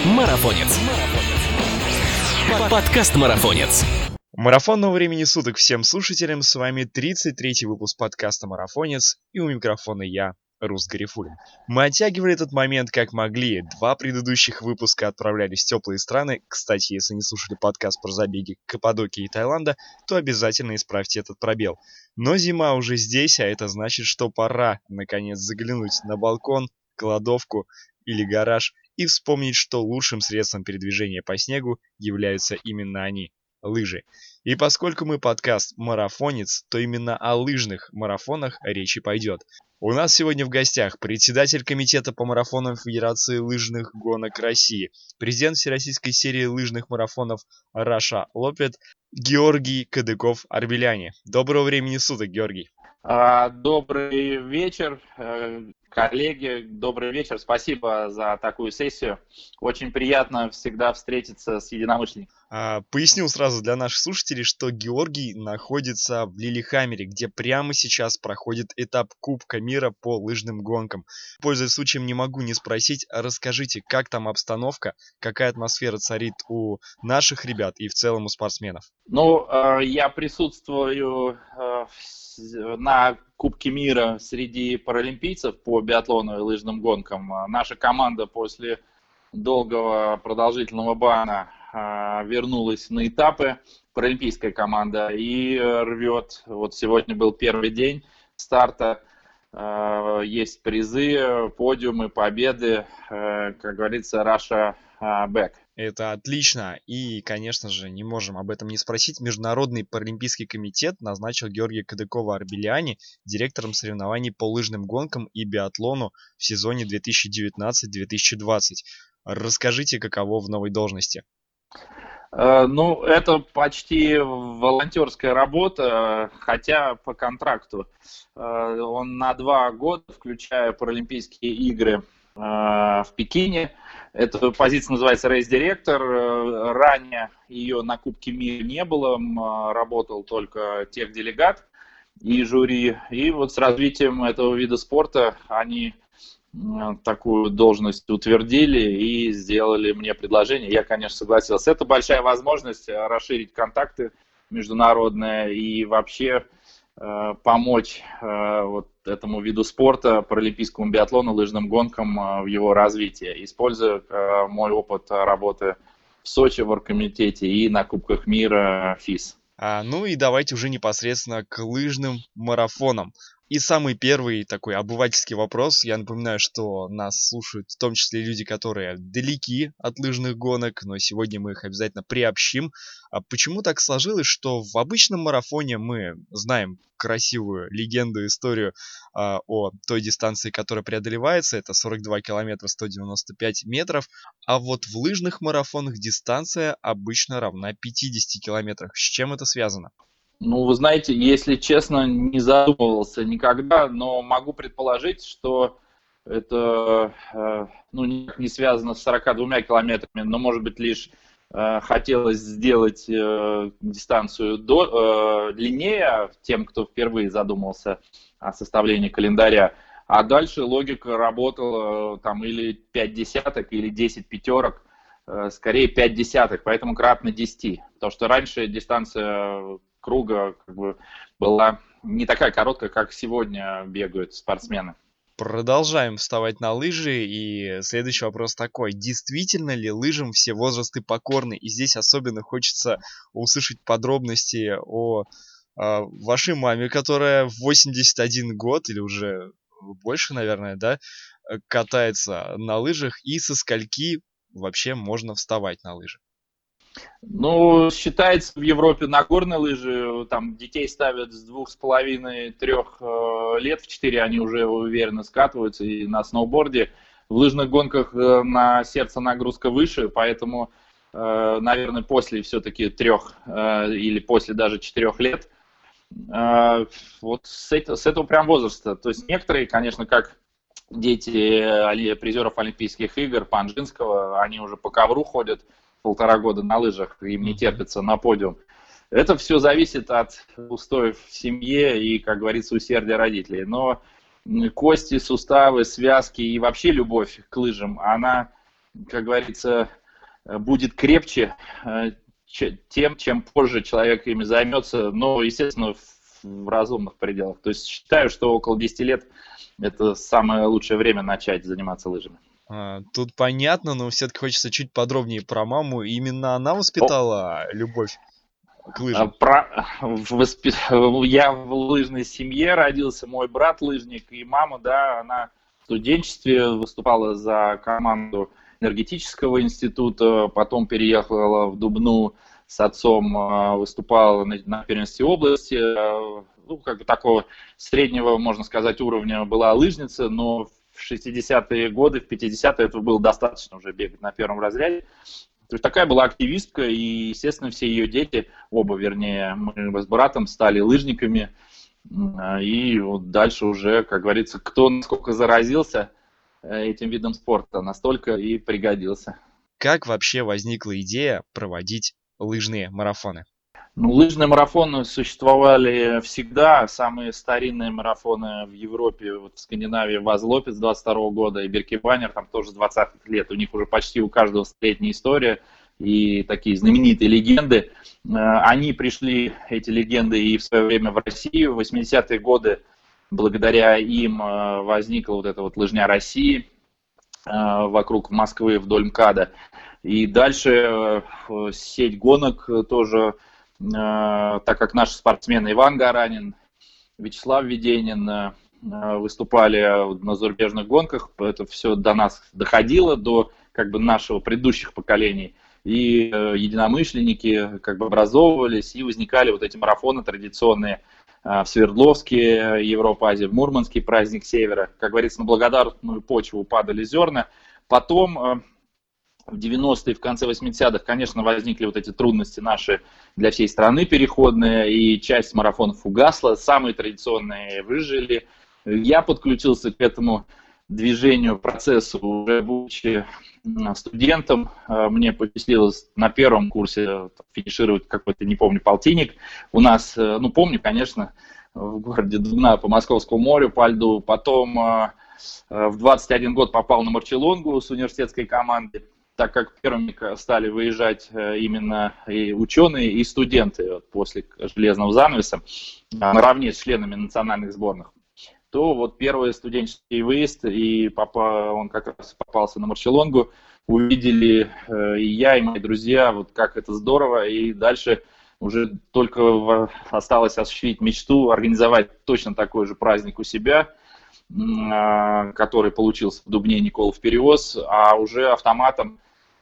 Марафонец. Подкаст Марафонец. Марафонного времени суток всем слушателям. С вами 33-й выпуск подкаста «Марафонец», и у микрофона я, Рус Гарифуллин. Мы оттягивали этот момент как могли. 2 предыдущих выпуска отправлялись в теплые страны. Кстати, если не слушали подкаст про забеги Каппадокии и Таиланда, то обязательно исправьте этот пробел. Но зима уже здесь, а это значит, что пора, наконец, заглянуть на балкон, кладовку или гараж и вспомнить, что лучшим средством передвижения по снегу являются именно они — лыжи. И поскольку мы подкаст «Марафонец», то именно о лыжных марафонах речи пойдет. У нас сегодня в гостях председатель комитета по марафонам Федерации лыжных гонок России, президент Всероссийской серии лыжных марафонов Раша Лопет Георгий Кадыков-Арбеляни. Доброго времени суток, Георгий. Добрый вечер, коллеги, добрый вечер. Спасибо за такую сессию. Очень приятно всегда встретиться с единомышленниками. Поясню сразу для наших слушателей, что Георгий находится в Лилихаммере, где прямо сейчас проходит этап Кубка мира по лыжным гонкам. Пользуясь случаем, не могу не спросить, расскажите, как там обстановка, какая атмосфера царит у наших ребят и в целом у спортсменов? Я присутствую на Кубке мира среди паралимпийцев по биатлону и лыжным гонкам. Наша команда после долгого продолжительного бана вернулась на этапы, паралимпийская команда, и рвет. Вот сегодня был первый день старта, есть призы, подиумы, победы, как говорится, Russia back. Это отлично, и, конечно же, не можем об этом не спросить. Международный паралимпийский комитет назначил Георгия Кадыкова-Арбеляни директором соревнований по лыжным гонкам и биатлону в сезоне 2019-2020. Расскажите, каково в новой должности? Это почти волонтерская работа, хотя по контракту. Он на 2 года, включая Паралимпийские игры в Пекине. Эта позиция называется рейс-директор. Ранее ее на Кубке мира не было, работал только техделегат и жюри. И вот с развитием этого вида спорта они такую должность утвердили и сделали мне предложение. Я, конечно, согласился. Это большая возможность расширить контакты международные и вообще помочь вот этому виду спорта, паралимпийскому биатлону, лыжным гонкам в его развитии, используя мой опыт работы в Сочи в оргкомитете и на Кубках мира ФИС. И давайте уже непосредственно к лыжным марафонам. И самый первый такой обывательский вопрос. Я напоминаю, что нас слушают в том числе люди, которые далеки от лыжных гонок, но сегодня мы их обязательно приобщим. Почему так сложилось, что в обычном марафоне мы знаем красивую легенду, историю о той дистанции, которая преодолевается, это 42 километра 195 метров, а вот в лыжных марафонах дистанция обычно равна 50 километрах. С чем это связано? Вы знаете, если честно, не задумывался никогда, но могу предположить, что это никак не связано с 42 километрами, но, может быть, лишь хотелось сделать дистанцию длиннее тем, кто впервые задумался о составлении календаря. А дальше логика работала там или 5 десяток, или 10 пятерок, скорее 5 десяток, поэтому кратно 10. Потому что раньше дистанция круга была не такая короткая, как сегодня бегают спортсмены. Продолжаем вставать на лыжи, и следующий вопрос такой. Действительно ли лыжам все возрасты покорны? И здесь особенно хочется услышать подробности о вашей маме, которая в 81 год, или уже больше, наверное, да, катается на лыжах, и со скольки вообще можно вставать на лыжи? Считается в Европе на горные лыжи, там детей ставят с 2,5-3 лет, в 4 они уже уверенно скатываются, и на сноуборде. В лыжных гонках на сердце нагрузка выше, поэтому, наверное, после все-таки 3 или после даже 4 лет, вот с этого прям возраста. То есть некоторые, конечно, как дети призеров Олимпийских игр Панжинского, они уже по ковру ходят 1,5 года на лыжах, им не терпится на подиум. Это все зависит от устоев в семье и, как говорится, усердия родителей. Но кости, суставы, связки и вообще любовь к лыжам, она как говорится, будет крепче тем, чем позже человек ими займется, но, естественно, в разумных пределах. То есть считаю, что около 10 лет это самое лучшее время начать заниматься лыжами. Тут понятно, но все-таки хочется чуть подробнее про маму. Именно она воспитала любовь к лыжам. Я в лыжной семье родился, мой брат лыжник, и мама, да, она в студенчестве выступала за команду энергетического института, потом переехала в Дубну с отцом, выступала на первенстве области, ну, как бы такого среднего, можно сказать, уровня была лыжница, но в 60-е годы, в 50-е этого было достаточно уже бегать на первом разряде. То есть такая была активистка, и, естественно, все ее дети, оба, вернее, мы с братом стали лыжниками, и вот дальше уже, как говорится, кто насколько заразился этим видом спорта, настолько и пригодился. Как вообще возникла идея проводить лыжные марафоны? Ну, лыжные марафоны существовали всегда. Самые старинные марафоны в Европе, вот в Скандинавии, Вазлопец 22 года и Биркебанер, там тоже с 20-х лет. У них уже почти у каждого столетняя история и такие знаменитые легенды. Они пришли, эти легенды, и в свое время в Россию. В 80-е годы благодаря им возникла вот эта вот лыжня России вокруг Москвы вдоль МКАДа. И дальше сеть гонок тоже, так как наши спортсмены Иван Гаранин, Вячеслав Веденин выступали на зарубежных гонках, это все до нас доходило, до как бы нашего предыдущих поколений. И единомышленники как бы образовывались, и возникали вот эти марафоны традиционные в Свердловске, Европа, Азия, в Мурманске, праздник Севера. Как говорится, на благодарную почву падали зерна. Потом в 90-е, в конце 80-х, конечно, возникли вот эти трудности наши для всей страны переходные, и часть марафонов угасла, самые традиционные выжили. Я подключился к этому движению, процессу, уже будучи студентом. Мне посчастливилось на первом курсе финишировать какой-то, не помню, полтинник. У нас, ну, помню, конечно, в городе Дубна по Московскому морю, по льду. Потом в 21 год попал на Марчелонгу с университетской командой, так как первыми стали выезжать именно и ученые, и студенты вот, после железного занавеса, наравне с членами национальных сборных, то вот первый студенческий выезд, и он как раз попался на Марчелонгу, увидели и я, и мои друзья, вот как это здорово, и дальше уже только осталось осуществить мечту, организовать точно такой же праздник у себя, который получился в Дубне Николов Перевоз, а уже автоматом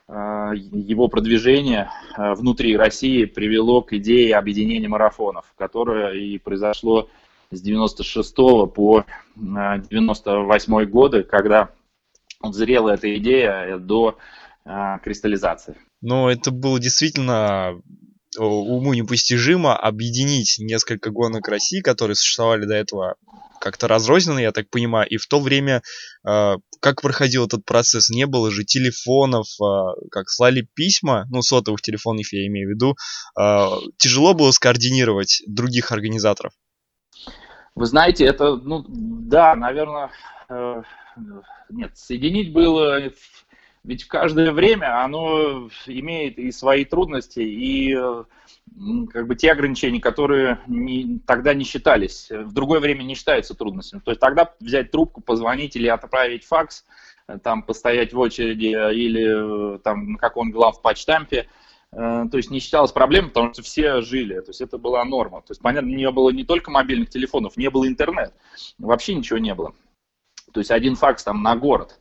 его продвижение внутри России привело к идее объединения марафонов, которое и произошло с 96 по 98 годы, когда зрела эта идея до кристаллизации. Но это было действительно уму непостижимо объединить несколько гонок России, которые существовали до этого как-то разрозненно, я так понимаю, и в то время как проходил этот процесс? Не было же телефонов, как слали письма, ну, сотовых телефонов я имею в виду, тяжело было скоординировать других организаторов? Вы знаете, это, ну, да, наверное, нет, соединить было, ведь каждое время оно имеет и свои трудности, и как бы те ограничения, которые тогда не считались, в другое время не считаются трудностями. То есть тогда взять трубку, позвонить или отправить факс, там постоять в очереди или там на каком-нибудь главпочтампе, то есть не считалось проблемой, потому что все жили, то есть это была норма. То есть, понятно, не было не только мобильных телефонов, не было интернета, вообще ничего не было. То есть один факс там на город.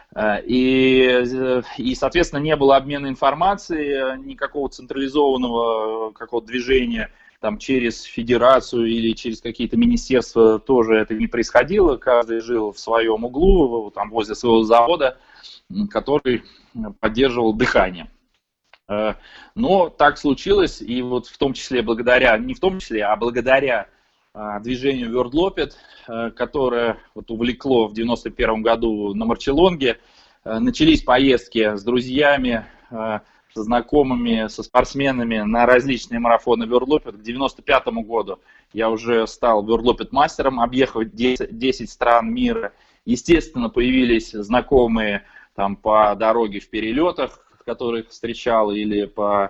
И, соответственно, не было обмена информацией, никакого централизованного какого-то движения там, через федерацию или через какие-то министерства тоже это не происходило. Каждый жил в своем углу, там, возле своего завода, который поддерживал дыхание. Но так случилось, и вот в том числе благодаря, не в том числе, а благодаря движению World Loped, которое вот увлекло в 91 году на Марчелонге, начались поездки с друзьями, со знакомыми, со спортсменами на различные марафоны World Loped. К 95 году я уже стал World Loped мастером, объехав 10 стран мира. Естественно, появились знакомые там по дороге в перелетах, которых встречал, или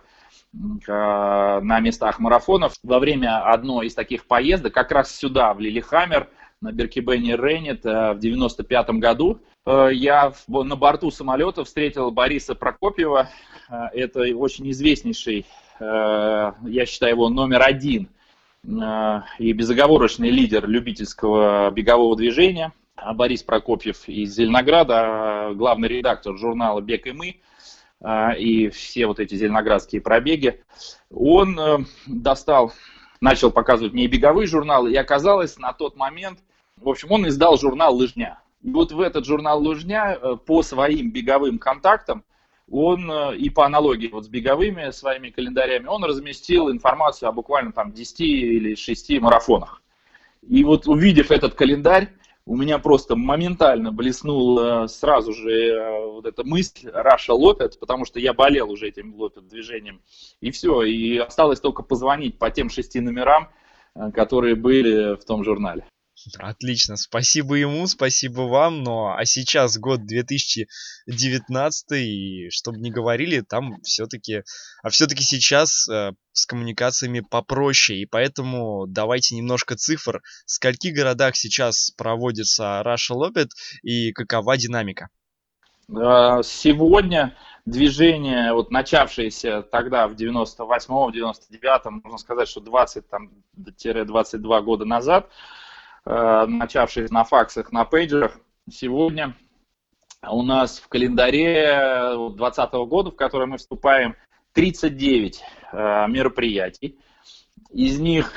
на местах марафонов. Во время одной из таких поездок, как раз сюда, в Лилихаммер, на Беркебене Рейнет в 95 году, я на борту самолета встретил Бориса Прокопьева. Это очень известнейший, я считаю его номер один и безоговорочный лидер любительского бегового движения. Борис Прокопьев из Зеленограда, главный редактор журнала «Бег и мы», и все вот эти зеленоградские пробеги. Он начал показывать мне беговые журналы, и оказалось на тот момент, в общем, он издал журнал «Лыжня». И вот в этот журнал «Лыжня» по своим беговым контактам, он и по аналогии вот с беговыми своими календарями, он разместил информацию о буквально там 10 или 6 марафонах. И вот увидев этот календарь, у меня просто моментально блеснула сразу же вот эта мысль Russia Lopet, потому что я болел уже этим Lopet движением. И все, и осталось только позвонить по тем 6 номерам, которые были в том журнале. Отлично, спасибо ему, спасибо вам, а сейчас год 2019, и чтобы не говорили, там все-таки сейчас с коммуникациями попроще, и поэтому давайте немножко цифр, в скольких городах сейчас проводится Russia Lopet и какова динамика? Сегодня движение, вот начавшееся тогда в 98-м, 99-м, можно сказать, что 20-22 года назад, начавшись на факсах, на пейджерах, сегодня у нас в календаре 2020 года, в который мы вступаем, 39 мероприятий. Из них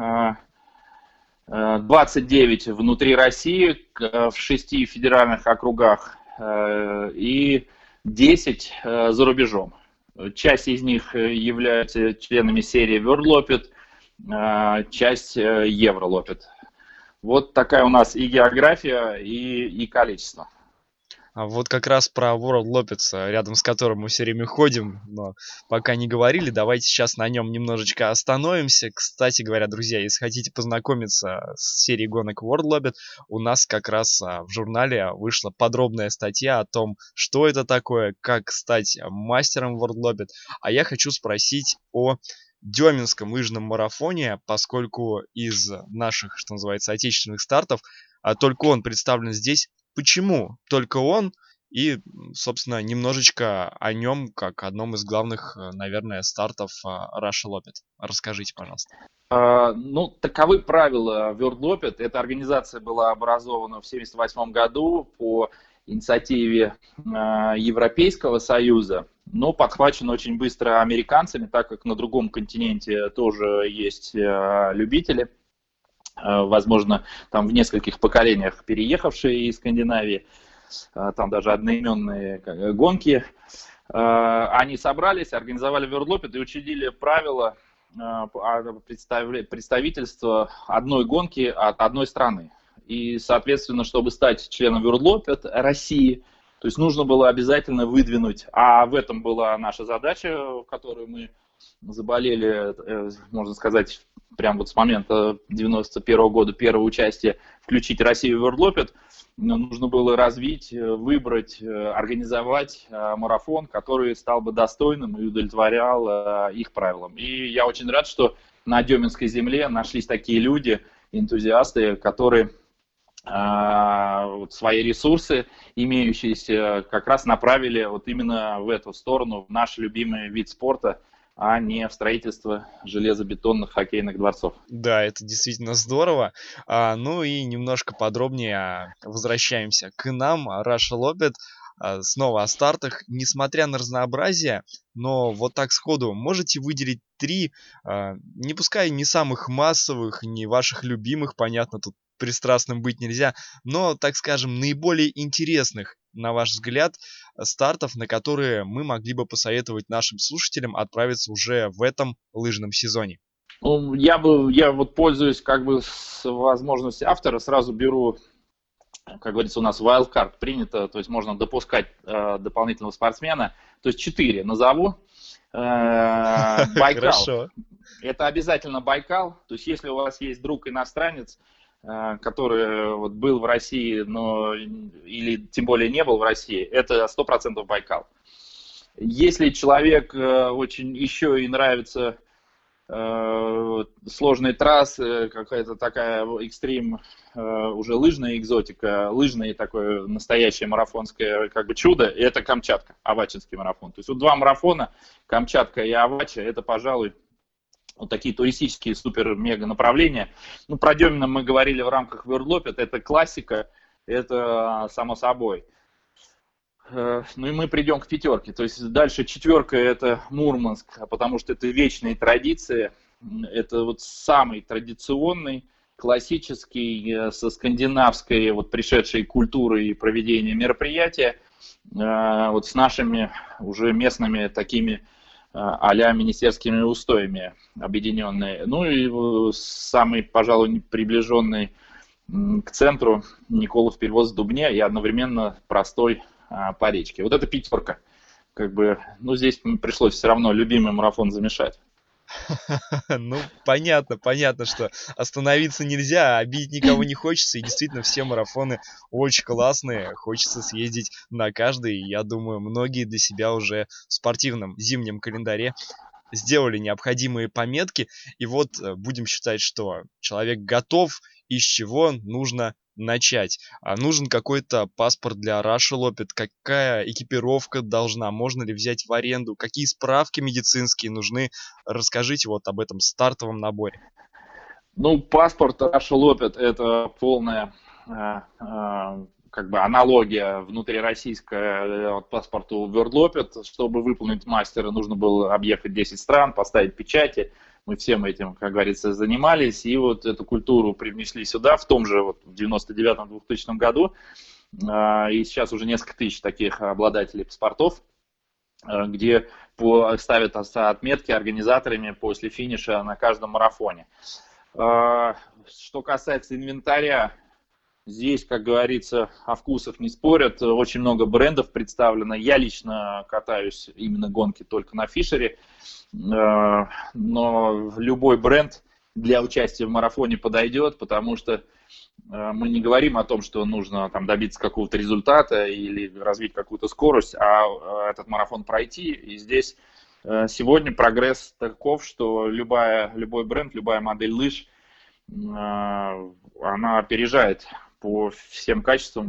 29 внутри России, в 6 федеральных округах и 10 за рубежом. Часть из них являются членами серии World Lopet, часть Euro Lopet. Вот такая у нас и география, и количество. А вот как раз про World Lopez, рядом с которым мы все время ходим, но пока не говорили, давайте сейчас на нем немножечко остановимся. Кстати говоря, друзья, если хотите познакомиться с серией гонок World Lopez, у нас как раз в журнале вышла подробная статья о том, что это такое, как стать мастером World Lopez. А я хочу спросить о Деминском лыжном марафоне, поскольку из наших, что называется, отечественных стартов только он представлен здесь. Почему только он? И, собственно, немножечко о нем, как одном из главных, наверное, стартов Russia Lopet. Расскажите, пожалуйста. Таковы правила World Lopet. Эта организация была образована в 1978 году по инициативе Европейского Союза, но подхвачена очень быстро американцами, так как на другом континенте тоже есть любители, возможно, там в нескольких поколениях переехавшие из Скандинавии, там даже одноименные гонки. Они собрались, организовали World Lopet и учредили правила представительства одной гонки от одной страны. И, соответственно, чтобы стать членом World Lopet России, то есть нужно было обязательно выдвинуть, а в этом была наша задача, в которую мы заболели, можно сказать, прямо вот с момента 91 года, первого участия, включить Россию в World Lopet, нужно было развить, выбрать, организовать марафон, который стал бы достойным и удовлетворял их правилам. И я очень рад, что на Деминской земле нашлись такие люди, энтузиасты, которые свои ресурсы, имеющиеся, как раз направили вот именно в эту сторону, в наш любимый вид спорта, а не в строительство железобетонных хоккейных дворцов. Да, это действительно здорово. Ну и немножко подробнее возвращаемся к нам. Russia Lopet, снова о стартах. Несмотря на разнообразие, но вот так сходу можете выделить 3, не пускай не самых массовых, не ваших любимых, понятно, тут пристрастным быть нельзя, но, так скажем, наиболее интересных, на ваш взгляд, стартов, на которые мы могли бы посоветовать нашим слушателям отправиться уже в этом лыжном сезоне? Я вот пользуюсь как бы с возможностью автора, сразу беру, как говорится, у нас wildcard принято, то есть можно допускать дополнительного спортсмена, то есть 4 назову. Байкал. Хорошо. Это обязательно Байкал, то есть если у вас есть друг иностранец, который вот был в России, но или тем более не был в России, это 100% Байкал. Если человек очень еще и нравится сложные трассы, какая-то такая экстрим, уже лыжная экзотика, лыжное такое настоящее марафонское как бы чудо, и это Камчатка, Авачинский марафон. То есть вот два марафона, Камчатка и Авача, это, пожалуй, вот такие туристические супер-мега направления. Ну, про Демина мы говорили в рамках World Lopet, это классика, это само собой. Ну и мы придем к пятерке. То есть дальше четверка это Мурманск, потому что это вечные традиции. Это вот самый традиционный, классический, со скандинавской вот пришедшей культурой проведения мероприятия, вот с нашими уже местными такими а-ля министерскими устоями объединенные. Ну и самый, пожалуй, приближенный к центру Николов перевоз в Дубне и одновременно простой по речке. Вот это пятерка. Как бы, ну, здесь пришлось все равно любимый марафон замешать. Ну, понятно, что остановиться нельзя, обидеть никого не хочется, и действительно все марафоны очень классные, хочется съездить на каждый, и я думаю, многие для себя уже в спортивном зимнем календаре сделали необходимые пометки, и вот будем считать, что человек готов, и с чего нужно начать. Нужен какой-то паспорт для Russia Lopet, какая экипировка должна, можно ли взять в аренду, какие справки медицинские нужны. Расскажите вот об этом стартовом наборе. Ну, паспорт Russia Lopet это полная как бы аналогия внутрироссийская паспорту World Lopet. Чтобы выполнить мастера, нужно было объехать 10 стран, поставить печати. Мы всем этим, как говорится, занимались. И вот эту культуру привнесли сюда в том же вот, в 99-2000 году. И сейчас уже несколько тысяч таких обладателей паспортов, где ставят отметки организаторами после финиша на каждом марафоне. Что касается инвентаря, здесь, как говорится, о вкусах не спорят. Очень много брендов представлено. Я лично катаюсь именно гонки только на Фишере. Но любой бренд для участия в марафоне подойдет, потому что мы не говорим о том, что нужно там, добиться какого-то результата или развить какую-то скорость, а этот марафон пройти. И здесь сегодня прогресс таков, что любой бренд, любая модель лыж, она опережает по всем качествам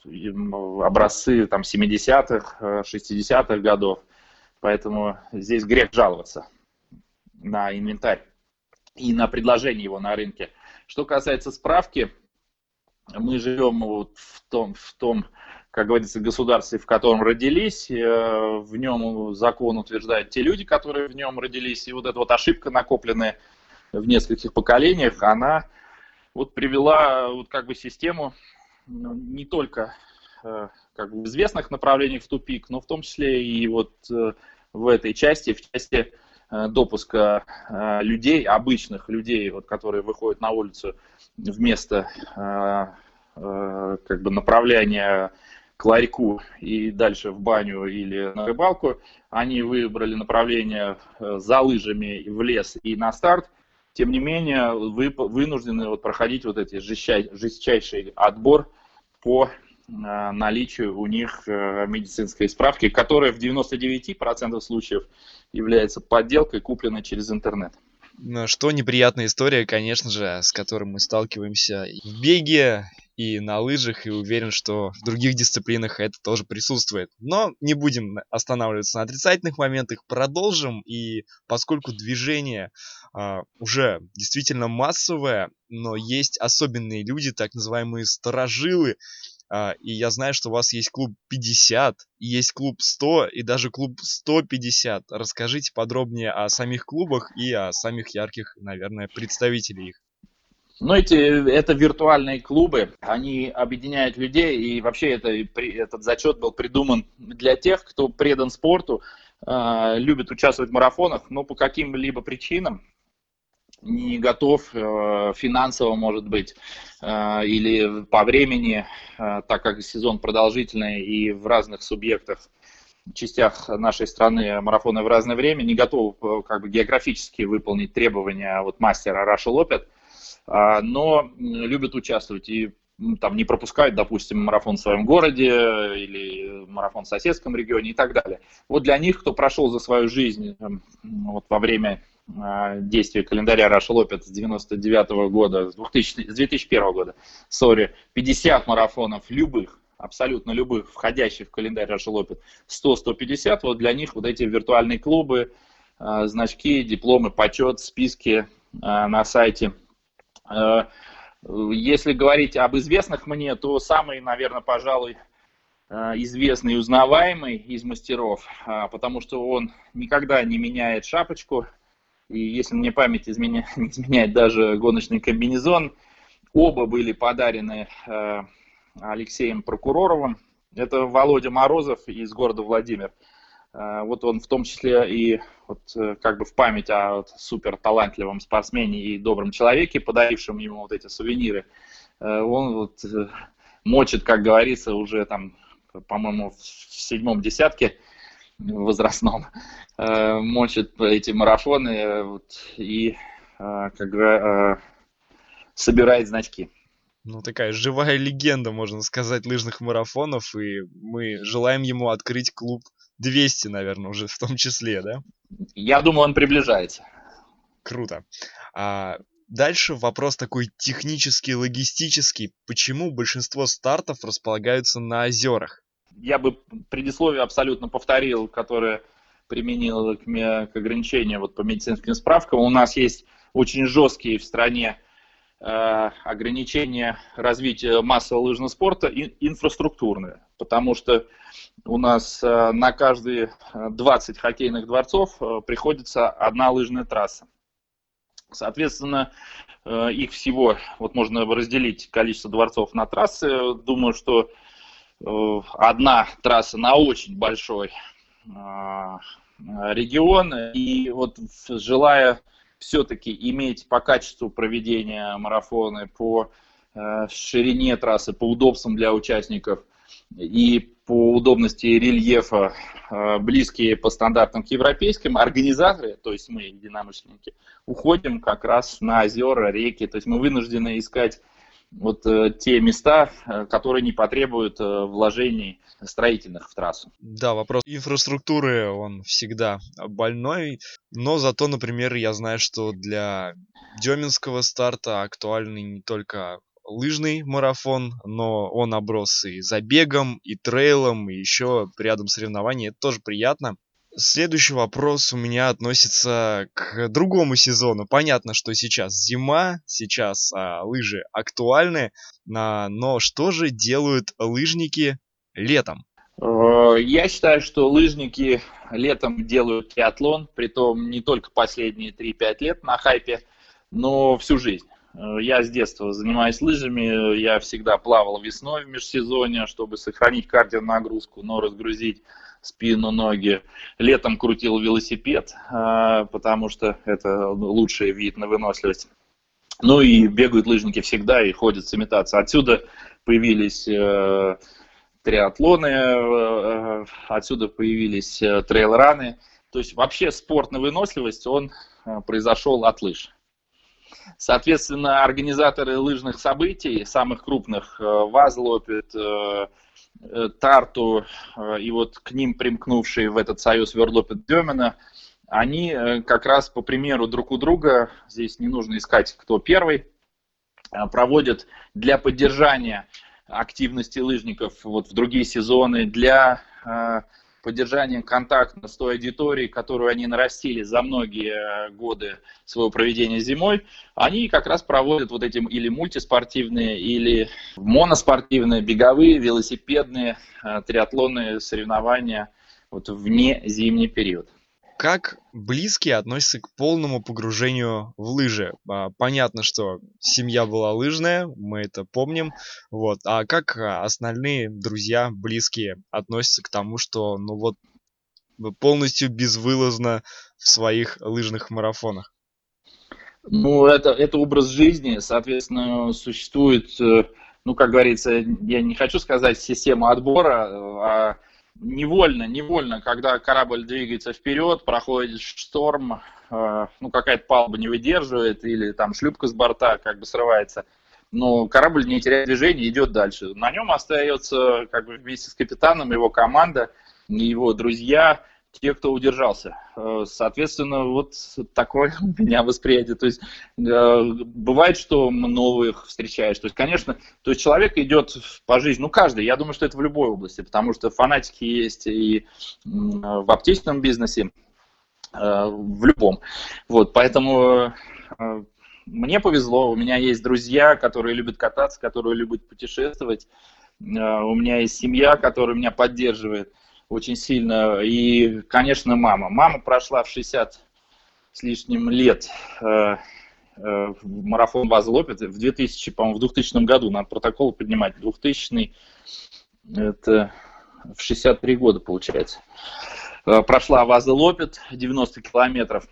образцы там, 70-х, 60-х годов. Поэтому здесь грех жаловаться на инвентарь и на предложение его на рынке. Что касается справки, мы живем вот в том, как говорится, государстве, в котором родились. В нем закон утверждают те люди, которые в нем родились. И вот эта вот ошибка, накопленная в нескольких поколениях, она вот привела вот как бы систему не только как бы в известных направлениях в тупик, но в том числе и вот в этой части, в части допуска людей, обычных людей, вот, которые выходят на улицу вместо как бы направления к ларьку и дальше в баню или на рыбалку, они выбрали направление за лыжами в лес и на старт. Тем не менее, вы вынуждены вот проходить вот эти жестчайший отбор по наличию у них медицинской справки, которая в 99% случаев является подделкой, купленной через интернет. Что неприятная история, конечно же, с которой мы сталкиваемся и в беге, и на лыжах, и уверен, что в других дисциплинах это тоже присутствует. Но не будем останавливаться на отрицательных моментах, продолжим. И поскольку движение уже действительно массовое, но есть особенные люди, так называемые старожилы, и я знаю, что у вас есть клуб 50, есть клуб 100 и даже клуб 150. Расскажите подробнее о самих клубах и о самих ярких, наверное, представителей их. Ну, это виртуальные клубы, они объединяют людей, и вообще этот зачет был придуман для тех, кто предан спорту, любит участвовать в марафонах, но по каким-либо причинам не готов финансово, может быть, или по времени, так как сезон продолжительный и в разных субъектах, частях нашей страны марафоны в разное время, не готов как бы географически выполнить требования вот мастера Russia Lopet. но любят участвовать и там не пропускают, допустим, марафон в своем городе или марафон в соседском регионе и так далее. Вот для них, кто прошел за свою жизнь вот во время действия календаря Rush Lopet с 99 года, с 2001 года, 50 марафонов любых, абсолютно любых, входящих в календарь Rush Lopet, 100-150, вот для них вот эти виртуальные клубы, значки, дипломы, почет, списки на сайте. Если говорить об известных мне, то самый, наверное, пожалуй, известный и узнаваемый из мастеров, потому что он никогда не меняет шапочку, и если мне память не изменяет даже гоночный комбинезон, оба были подарены Алексеем Прокуроровым. Это Володя Морозов из города Владимир. Вот он в том числе и вот, как бы в память о вот, супер талантливом спортсмене и добром человеке, подарившем ему вот эти сувениры, он вот мочит, как говорится, уже там, по-моему, в 7-м десятке возрастном, мочит эти марафоны вот, и как бы собирает значки. Ну, такая живая легенда, можно сказать, лыжных марафонов, и мы желаем ему открыть клуб 200, наверное, уже в том числе, да? Я думаю, он приближается. Круто. Дальше вопрос такой технический, логистический. Почему большинство стартов располагаются на озерах? Я бы предисловие абсолютно повторил, которое применил к ограничению вот, по медицинским справкам. У нас есть очень жесткие в стране ограничения развития массового лыжного спорта инфраструктурные, потому что у нас на каждые 20 хоккейных дворцов приходится одна лыжная трасса. Соответственно, их всего, вот можно разделить количество дворцов на трассы. Думаю, что одна трасса на очень большой регион, и вот желая все-таки иметь по качеству проведения марафона, по ширине трассы, по удобствам для участников и по удобности рельефа близкие по стандартам к европейским, организаторы, то есть мы, единомышленники, уходим как раз на озера, реки, то есть мы вынуждены искать вот те места, которые не потребуют вложений строительных в трассу. Да, вопрос инфраструктуры, он всегда больной, но зато, например, я знаю, что для Деминского старта актуальный не только лыжный марафон, но он оброс и забегом, и трейлом, и еще рядом соревнований, это тоже приятно. Следующий вопрос у меня относится к другому сезону. Понятно, что сейчас зима, сейчас лыжи актуальны, но что же делают лыжники летом? Я считаю, что лыжники летом делают триатлон, притом не только последние 3-5 лет на хайпе, но всю жизнь. Я с детства занимаюсь лыжами, я всегда плавал весной в межсезонье, чтобы сохранить кардионагрузку, но разгрузить спину, ноги. Летом крутил велосипед, потому что это лучший вид на выносливость. Ну и бегают лыжники всегда и ходят с имитацией. Отсюда появились триатлоны, отсюда появились трейл-раны. То есть вообще спорт на выносливость, он произошел от лыж. Соответственно, организаторы лыжных событий, самых крупных, ВАЗ Лопет, Тарту и вот к ним примкнувшие в этот союз Верлопет Демина, они как раз по примеру друг у друга, здесь не нужно искать, кто первый, проводят для поддержания активности лыжников вот в другие сезоны, для поддержания контакта с той аудиторией, которую они нарастили за многие годы своего проведения зимой, они как раз проводят вот эти или мультиспортивные, или моноспортивные, беговые, велосипедные, триатлонные соревнования вот вне зимний период. Как близкие относятся к полному погружению в лыжи? Понятно, что семья была лыжная, мы это помним. Вот. А как остальные друзья, близкие относятся к тому, что ну вот полностью безвылазно в своих лыжных марафонах? Ну, это образ жизни, соответственно, существует, ну, как говорится, я не хочу сказать система отбора, а невольно, когда корабль двигается вперед, проходит шторм, ну, какая-то палуба не выдерживает или там шлюпка с борта как бы срывается, но корабль не теряет движение, идет дальше. На нем остается как бы вместе с капитаном его команда, его друзья, те, кто удержался. Соответственно, вот такое у меня восприятие. То есть бывает, что новых встречаешь. То есть, конечно, то есть человек идет по жизни, ну каждый, я думаю, что это в любой области, потому что фанатики есть и в аптечном бизнесе, в любом. Вот, поэтому мне повезло, у меня есть друзья, которые любят кататься, которые любят путешествовать, у меня есть семья, которая меня поддерживает очень сильно, и, конечно, мама. Мама прошла в 60 с лишним лет марафон Вазлопит в 2000, по-моему, в 2000 году, надо протокол поднимать, 2000 это в 63 года получается. Прошла Вазлопит 90 километров.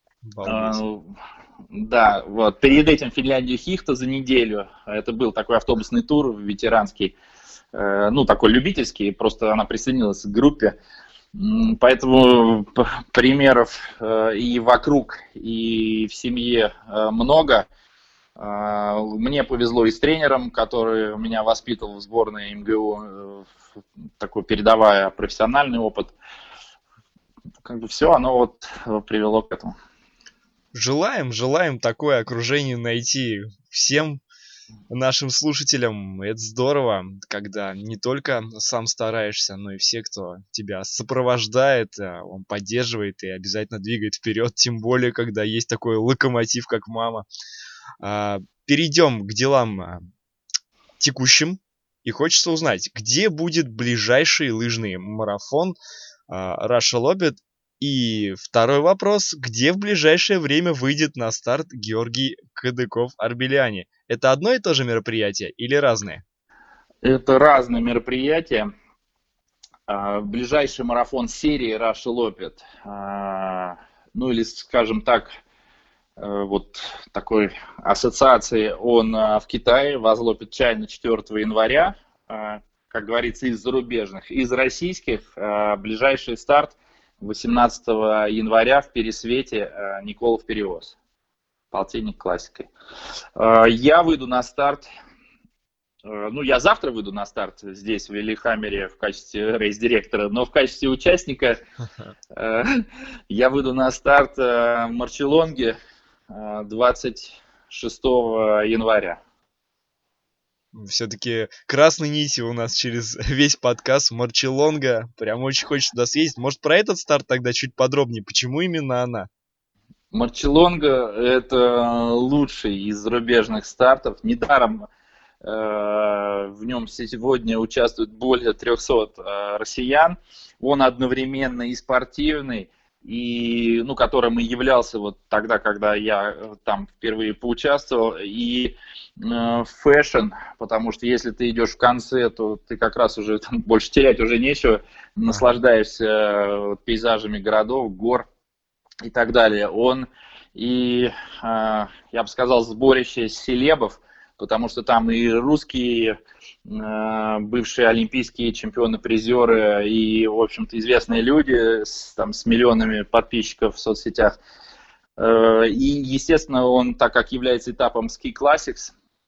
Да, вот. Перед этим Финляндию Хихта за неделю. Это был такой автобусный тур ветеранский, ну, такой любительский, просто она присоединилась к группе. Поэтому примеров и вокруг, и в семье много. Мне повезло и с тренером, который меня воспитывал в сборной МГУ, такой передавая профессиональный опыт. Как бы все, оно вот привело к этому. Желаем такое окружение найти всем нашим слушателям. Это здорово, когда не только сам стараешься, но и все, кто тебя сопровождает, он поддерживает и обязательно двигает вперед, тем более, когда есть такой локомотив, как мама. Перейдем к делам текущим. И хочется узнать, где будет ближайший лыжный марафон Russia Lobet. И второй вопрос, где в ближайшее время выйдет на старт Георгий Кадыков-Арбеляне? Это одно и то же мероприятие или разные? Это разные мероприятия. Ближайший марафон серии Russia Lopet, ну или, скажем так, вот такой ассоциации, он в Китае, Вазлопит Чайна 4 января, как говорится, из зарубежных. Из российских ближайший старт 18 января в Пересвете, Николов Перевоз, полтинник классикой. Я выйду на старт, ну, я завтра выйду на старт здесь, в Лиллехаммере, в качестве рейс-директора, но в качестве участника я выйду на старт в Марчелонге 26 января. Все-таки красной нитью у нас через весь подкаст Марчелонга. Прям очень хочется туда съездить. Может, про этот старт тогда чуть подробнее? Почему именно она? Марчелонга – это лучший из зарубежных стартов. Недаром в нем сегодня участвует более 300 россиян. Он одновременно и спортивный, и, ну, которым и являлся вот тогда, когда я там впервые поучаствовал, и фэшн, потому что если ты идешь в конце, то ты как раз уже там, больше терять уже нечего, наслаждаешься пейзажами городов, гор и так далее. Он и, я бы сказал, сборище селебов, потому что там и русские бывшие олимпийские чемпионы-призеры, и, в общем-то, известные люди с миллионами подписчиков в соцсетях. И, естественно, он, так как является этапом Ski Classics,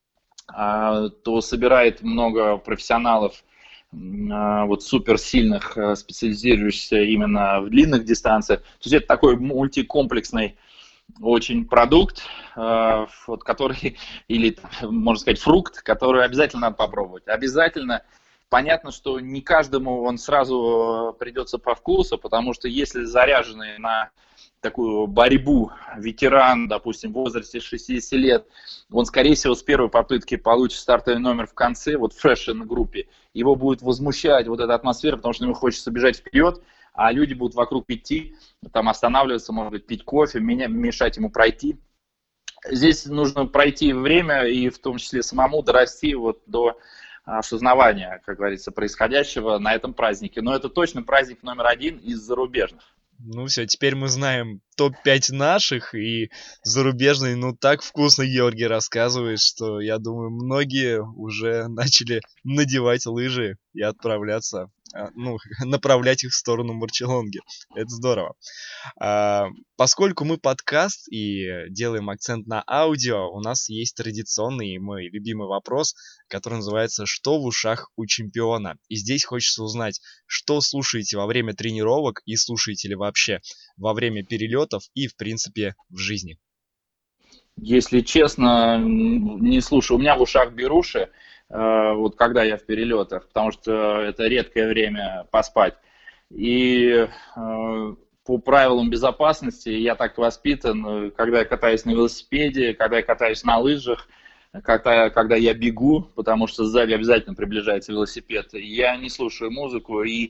то собирает много профессионалов, вот суперсильных, специализирующихся именно в длинных дистанциях. То есть это такой мультикомплексный очень продукт, вот, который, или, можно сказать, фрукт, который обязательно надо попробовать. Обязательно. Понятно, что не каждому он сразу придется по вкусу, потому что если заряженный на такую борьбу ветеран, допустим, в возрасте 60 лет, он, скорее всего, с первой попытки получит стартовый номер в конце, вот в фэшн-группе, его будет возмущать вот эта атмосфера, потому что ему хочется бежать вперед, а люди будут вокруг идти, там останавливаться, может быть, пить кофе, мешать ему пройти. Здесь нужно пройти время и в том числе самому дорасти вот до осознавания, как говорится, происходящего на этом празднике. Но это точно праздник номер один из зарубежных. Ну все, теперь мы знаем топ-5 наших и зарубежный. Ну так вкусно Георгий рассказывает, что я думаю, многие уже начали надевать лыжи и отправляться ну, направлять их в сторону Марчеллонги. Это здорово. Поскольку мы подкаст и делаем акцент на аудио, у нас есть традиционный мой любимый вопрос, который называется «Что в ушах у чемпиона?». И здесь хочется узнать, что слушаете во время тренировок и слушаете ли вообще во время перелетов и, в принципе, в жизни. Если честно, не слушаю. У меня в ушах беруши, вот когда я в перелетах, потому что это редкое время поспать. И по правилам безопасности я так воспитан, когда я катаюсь на велосипеде, когда я катаюсь на лыжах, когда я бегу, потому что сзади обязательно приближается велосипед, я не слушаю музыку. И,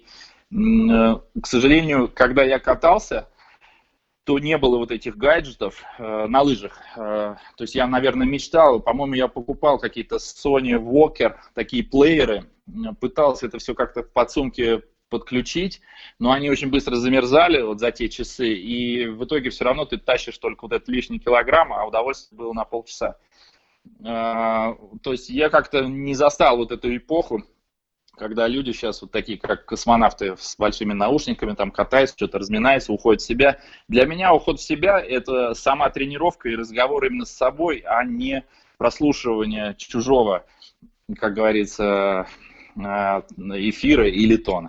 к сожалению, когда я катался, то не было вот этих гаджетов на лыжах. То есть я, наверное, мечтал, по-моему, я покупал какие-то Sony Walker, такие плееры, пытался это все как-то в подсумке подключить, но они очень быстро замерзали вот за те часы, и в итоге все равно ты тащишь только вот этот лишний килограмм, а удовольствие было на полчаса. То есть я как-то не застал вот эту эпоху, когда люди сейчас вот такие, как космонавты с большими наушниками, там катаются, что-то разминаются, уходят в себя. Для меня уход в себя – это сама тренировка и разговор именно с собой, а не прослушивание чужого, как говорится, эфира или тона.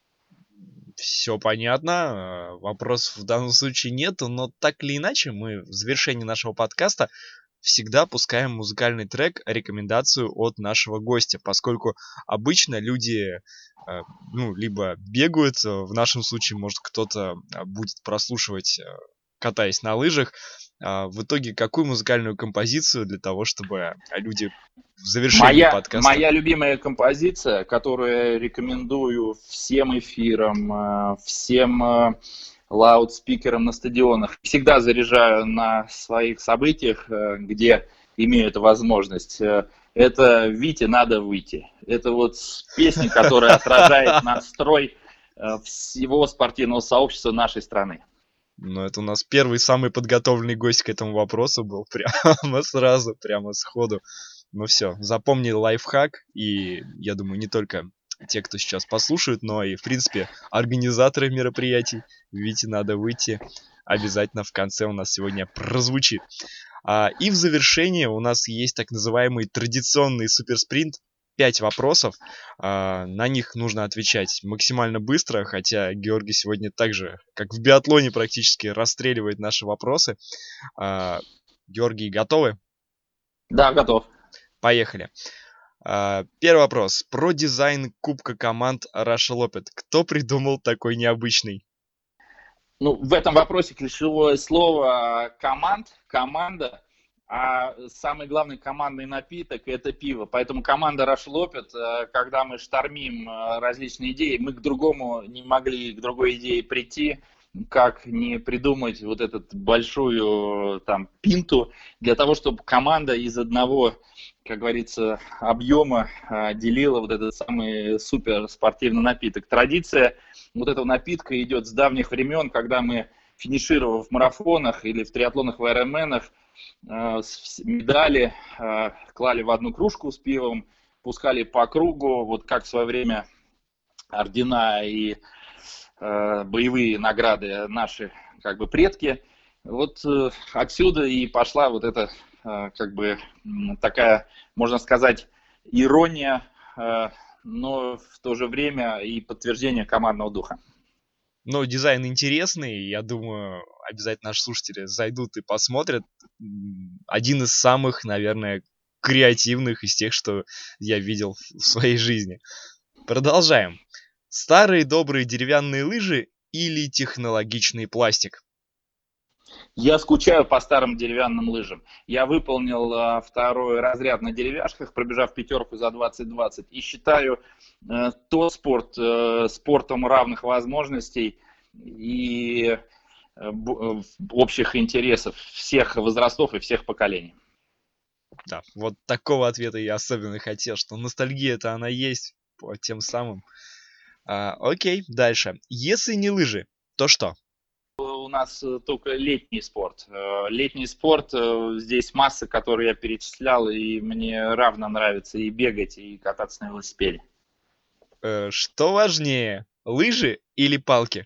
Все понятно, вопросов в данном случае нету, но так или иначе мы в завершении нашего подкаста всегда пускаем музыкальный трек, рекомендацию от нашего гостя, поскольку обычно люди, ну, либо бегают, в нашем случае, может, кто-то будет прослушивать, катаясь на лыжах. В итоге, какую музыкальную композицию для того, чтобы люди в завершении подкаста... Моя любимая композиция, которую я рекомендую всем эфирам, всем лаудспикерам на стадионах, всегда заряжаю на своих событиях, где имею эту возможность. Это «Вите, надо выйти». Это вот песня, которая отражает настрой всего спортивного сообщества нашей страны. Ну, это у нас первый самый подготовленный гость к этому вопросу был. Прямо сразу, прямо сходу. Ну все, запомни лайфхак. И я думаю, не только те, кто сейчас послушают, но и, в принципе, организаторы мероприятий. Видите, надо выйти. Обязательно в конце у нас сегодня прозвучит. И в завершение у нас есть так называемый традиционный суперспринт. 5 вопросов, на них нужно отвечать максимально быстро, хотя Георгий сегодня так же, как в биатлоне практически, расстреливает наши вопросы. Георгий, готовы? Да, готов. Поехали. Первый вопрос. Про дизайн Кубка команд Russia Lopet. Кто придумал такой необычный? Ну, в этом вопросе ключевое слово команда. А самый главный командный напиток – это пиво. Поэтому команда Rush Lopet, когда мы штормим различные идеи, мы к другому не могли, к другой идее прийти, как не придумать вот эту большую там пинту для того, чтобы команда из одного, как говорится, объема делила вот этот самый супер спортивный напиток. Традиция вот этого напитка идет с давних времен, когда мы, финишировав в марафонах или в триатлонах, в айронменах, медали клали в одну кружку с пивом, пускали по кругу, вот как в свое время ордена и боевые награды наши как бы предки. Вот отсюда и пошла вот эта как бы такая, можно сказать, ирония, но в то же время и подтверждение командного духа. Ну, дизайн интересный, я думаю, обязательно наши слушатели зайдут и посмотрят. Один из самых, наверное, креативных из тех, что я видел в своей жизни. Продолжаем. Старые добрые деревянные лыжи или технологичный пластик? Я скучаю по старым деревянным лыжам. Я выполнил второй разряд на деревяшках, пробежав пятерку за 20-20. И считаю тот спорт спортом равных возможностей и общих интересов всех возрастов и всех поколений. Да, вот такого ответа я особенно хотел, что ностальгия-то она есть по тем самым. Окей, дальше. Если не лыжи, то что? У нас только летний спорт. Летний спорт, здесь масса, которые я перечислял, и мне равно нравится и бегать, и кататься на велосипеде. Что важнее, лыжи или палки?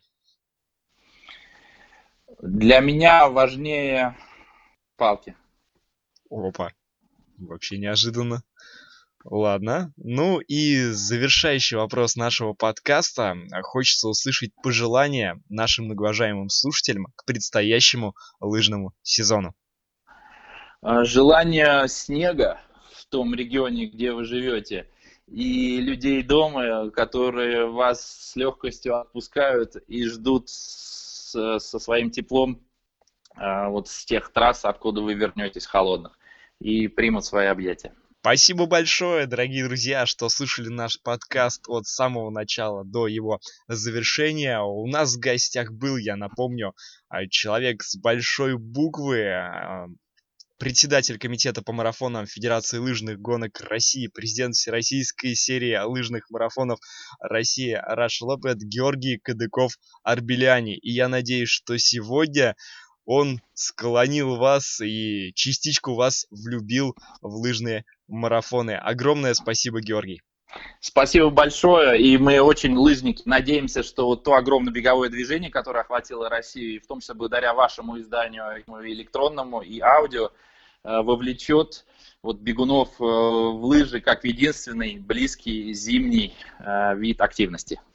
Для меня важнее палки. Опа, вообще неожиданно. Ладно. Ну и завершающий вопрос нашего подкаста. Хочется услышать пожелания нашим многоуважаемым слушателям к предстоящему лыжному сезону. Желание снега в том регионе, где вы живете, и людей дома, которые вас с легкостью отпускают и ждут со своим теплом вот с тех трасс, откуда вы вернетесь холодных, и примут свои объятия. Спасибо большое, дорогие друзья, что слушали наш подкаст от самого начала до его завершения. У нас в гостях был, я напомню, человек с большой буквы, председатель комитета по марафонам Федерации лыжных гонок России, президент Всероссийской серии лыжных марафонов России Rush Lopet Георгий Кадыков-Арбеляни. И я надеюсь, что сегодня он склонил вас и частичку вас влюбил в лыжные марафоны. Огромное спасибо, Георгий. Спасибо большое, и мы очень, лыжники, надеемся, что вот то огромное беговое движение, которое охватило Россию, и в том числе благодаря вашему изданию и электронному, и аудио, вовлечет вот бегунов в лыжи как в единственный близкий зимний вид активности.